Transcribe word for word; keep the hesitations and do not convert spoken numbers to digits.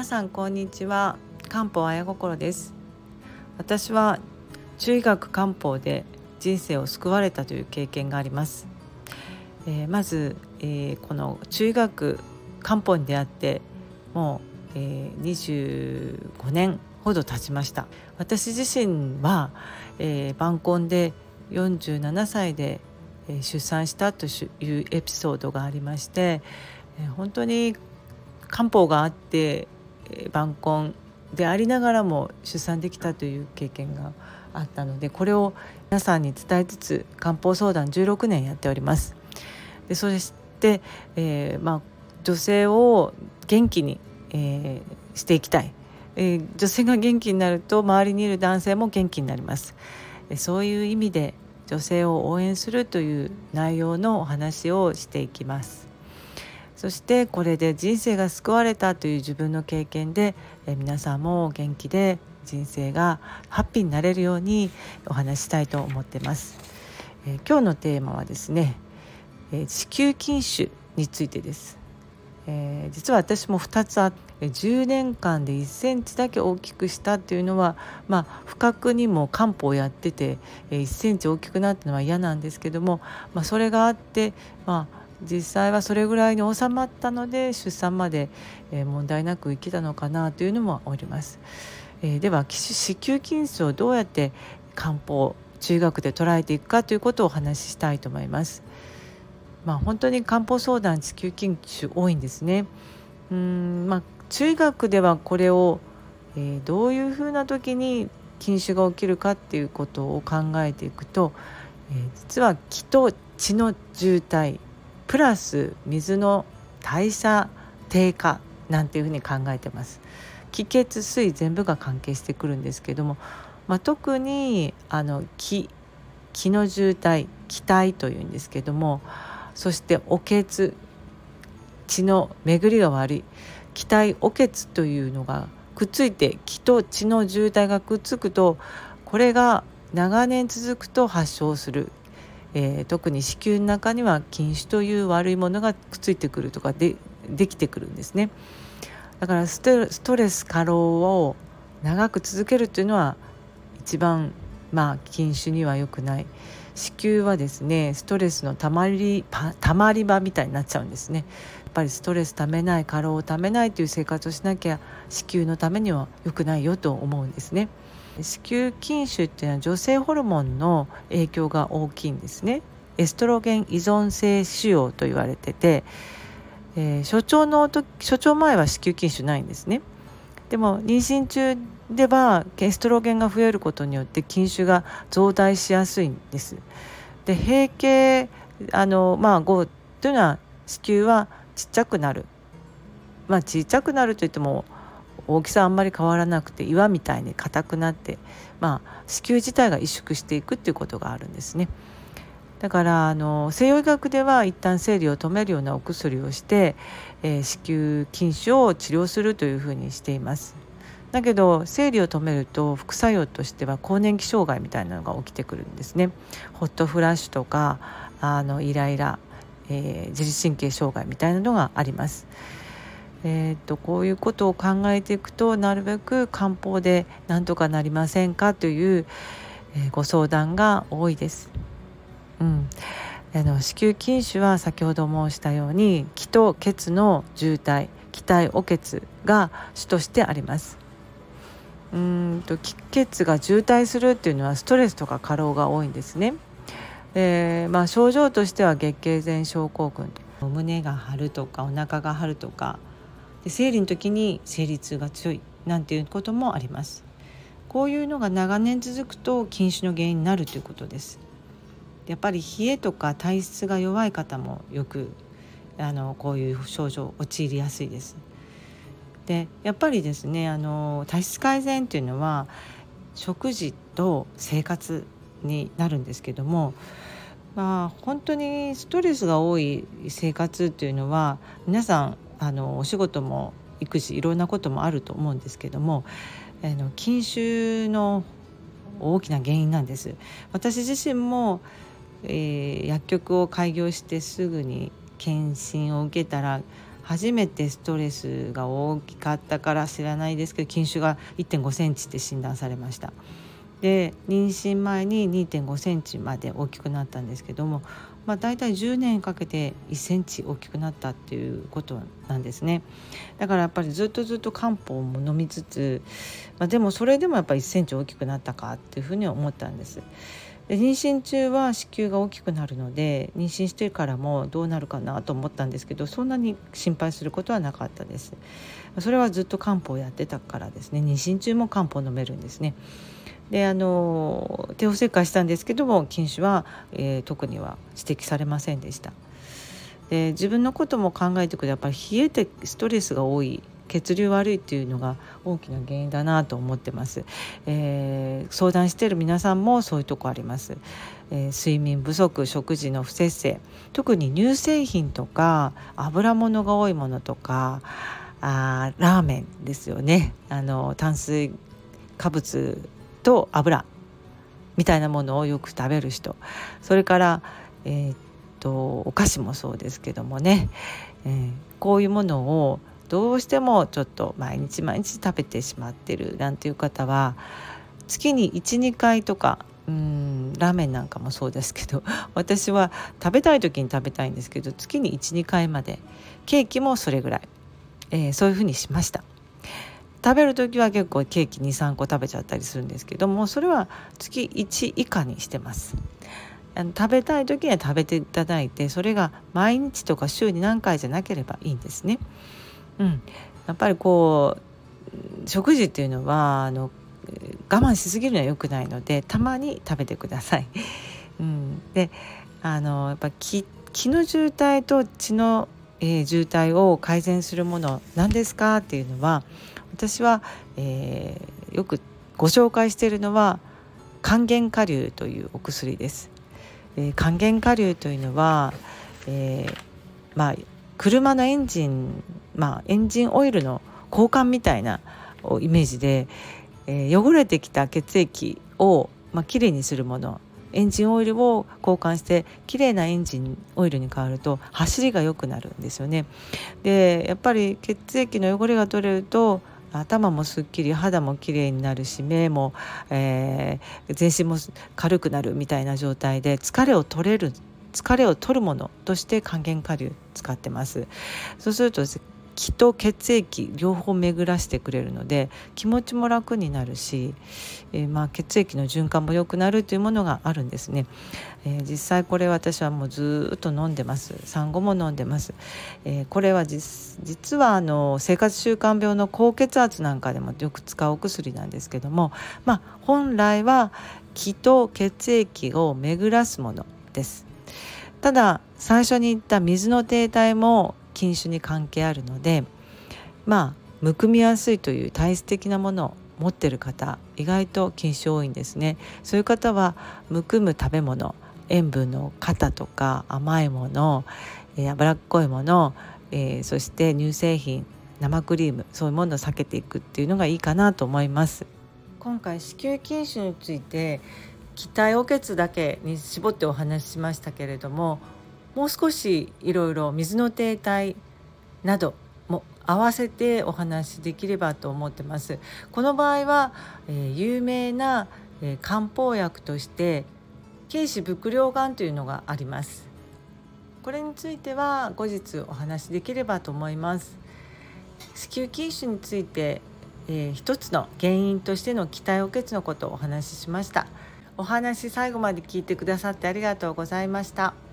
皆さんこんにちは。漢方あや心です。私は中医学漢方で人生を救われたという経験があります。えー、まず、えー、この中医学漢方に出会ってもう、えー、にじゅうごねんほど経ちました。私自身は、えー、晩婚でよんじゅうななさいで出産したというエピソードがありまして、本当に漢方があって晩婚でありながらも出産できたという経験があったので、これを皆さんに伝えつつ漢方相談じゅうろくねんやっております。でそして、えーまあ、女性を元気に、えー、していきたい、えー、女性が元気になると周りにいる男性も元気になります。そういう意味で女性を応援するという内容のお話をしていきます。そしてこれで人生が救われたという自分の経験で、え皆さんも元気で人生がハッピーになれるようにお話ししたいと思っています。えー、今日のテーマはですね、えー、子宮筋腫についてです。えー、実は私もふたつあってじゅうねんかんでいっセンチだけ大きくしたっていうのは、まあ、不覚にも漢方をやってていっセンチ大きくなったのは嫌なんですけども、まあ、それがあって、まあ、実際はそれぐらいに収まったので出産まで問題なく生きたのかなというのもあります。えー、では子宮筋腫をどうやって漢方中医学で捉えていくかということをお話ししたいと思います。まあ、本当に漢方相談子宮筋腫多いんですね。うーん、まあ、中医学ではこれを、えー、どういうふうな時に筋腫が起きるかっていうことを考えていくと、えー、実は気と血の渋滞プラス水の代謝低下なんていうふうに考えてます。気血水全部が関係してくるんですけども、まあ、特にあの気気の渋滞気体というんですけども、そしてお血血の巡りが悪い気体お血というのがくっついて気と血の渋滞がくっつくと、これが長年続くと発症する、えー、特に子宮の中には筋腫という悪いものがくっついてくるとかでできてくるんですね。だからストストレス過労を長く続けるというのは一番、まあ、筋腫には良くない。子宮はですねストレスのたまりたまり場みたいになっちゃうんですね。やっぱりストレスためない過労をためないという生活をしなきゃ子宮のためには良くないよと思うんですね。子宮筋腫っていうのは女性ホルモンの影響が大きいんですね。エストロゲン依存性腫瘍と言われてて、えー、初潮の時初潮前は子宮筋腫ないんですね。でも妊娠中ではエストロゲンが増えることによって筋腫が増大しやすいんです。で閉経あの、まあ、後というのは子宮はちっちゃくなる、まあ、ちっちゃくなるといっても大きさあんまり変わらなくて岩みたいに硬くなって、まあ、子宮自体が萎縮していくっていうことがあるんですね。だからあの西洋医学では一旦生理を止めるようなお薬をして、えー、子宮筋腫を治療するというふうにしています。だけど生理を止めると副作用としては更年期障害みたいなのが起きてくるんですね。ホットフラッシュとかあのイライラ、えー、自律神経障害みたいなのがあります。えー、とこういうことを考えていくと、なるべく漢方でなんとかなりませんかという、えー、ご相談が多いです。うん、あの子宮筋腫は先ほど申したように気と血の渋滞気体お血が主としてあります。うーんと気血が渋滞するっていうのはストレスとか過労が多いんですね。で、まあ、症状としては月経前症候群、胸が張るとかお腹が張るとかで生理の時に生理痛が強いなんていうこともあります。こういうのが長年続くと筋腫の原因になるということです。やっぱり冷えとか体質が弱い方もよくあのこういう症状陥りやすいです。でやっぱりですねあの体質改善というのは食事と生活になるんですけども、まあ、本当にストレスが多い生活というのは皆さんあのお仕事も育児いろんなこともあると思うんですけども、あの筋腫の大きな原因なんです。私自身もえー、薬局を開業してすぐに検診を受けたら初めてストレスが大きかったから知らないですけど、筋腫が いってんごセンチって診断されました。で妊娠前に にてんごセンチまで大きくなったんですけども、まあ、大体じゅうねんかけていっセンチ大きくなったっていうことなんですね。だからやっぱりずっとずっと漢方も飲みつつ、まあ、でもそれでもやっぱりいっセンチ大きくなったかっていうふうに思ったんです。で妊娠中は子宮が大きくなるので、妊娠してからもどうなるかなと思ったんですけど、そんなに心配することはなかったです。それはずっと漢方をやってたからですね。妊娠中も漢方飲めるんですね。であの帝王切開したんですけども、筋腫は、えー、特には指摘されませんでした。で自分のことも考えてくると、やっぱり冷えてストレスが多い、血流悪いっていうのが大きな原因だなと思ってます。えー、相談している皆さんもそういうとこあります。えー、睡眠不足、食事の不節制、特に乳製品とか油物が多いものとか、あラーメンですよね。あの炭水化物と油みたいなものをよく食べる人、それから、えー、っとお菓子もそうですけどもね、えー、こういうものをどうしてもちょっと毎日毎日食べてしまってるなんていう方は、月に いち,に 回とか、うーんラーメンなんかもそうですけど、私は食べたい時に食べたいんですけど、月に いち,に 回まで、ケーキもそれぐらい、えー、そういうふうにしました。食べるときは結構ケーキ に,さん 個食べちゃったりするんですけども、それは月いち以下にしてます。あの食べたいときには食べていただいて、それが毎日とか週に何回じゃなければいいんですね。うん、やっぱりこう食事っていうのはあの我慢しすぎるのは良くないので、たまに食べてください。うん、であのやっぱ気、気の渋滞と血の、えー、渋滞を改善するもの何ですかっていうのは、私は、えー、よくご紹介しているのは還元顆粒というお薬です。えー、還元顆粒というのは、えーまあ、車のエンジン、まあ、エンジンオイルの交換みたいなイメージで、えー、汚れてきた血液を、まあ、きれいにするもの、エンジンオイルを交換してきれいなエンジンオイルに変わると走りが良くなるんですよね。でやっぱり血液の汚れが取れると頭もすっきり、肌もきれいになるし、目も、えー、全身も軽くなるみたいな状態で、疲れを取れる疲れを取るものとして還元顆粒使ってます。そうすると気と血液両方巡らしてくれるので、気持ちも楽になるし、えー、まあ血液の循環も良くなるというものがあるんですね。えー、実際これ私はもうずっと飲んでます。産後も飲んでます。えー、これは 実, 実はあの生活習慣病の高血圧なんかでもよく使うお薬なんですけども、まあ、本来は気と血液を巡らすものです。ただ最初に言った水の停滞も筋腫に関係あるので、まあむくみやすいという体質的なものを持っている方、意外と筋腫多いんですね。そういう方はむくむ食べ物、塩分の過多とか甘いもの、えー、脂っこいもの、えー、そして乳製品、生クリーム、そういうものを避けていくっていうのがいいかなと思います。今回子宮筋腫について気体お血だけに絞ってお話ししましたけれども、もう少しいろいろ水の停滞なども合わせてお話しできればと思ってます。この場合は、えー、有名な、えー、漢方薬として軽視伏量丸というのがあります。これについては後日お話しできればと思います。子宮筋腫について、えー、一つの原因としての気体お血のことをお話ししました。お話最後まで聞いてくださってありがとうございました。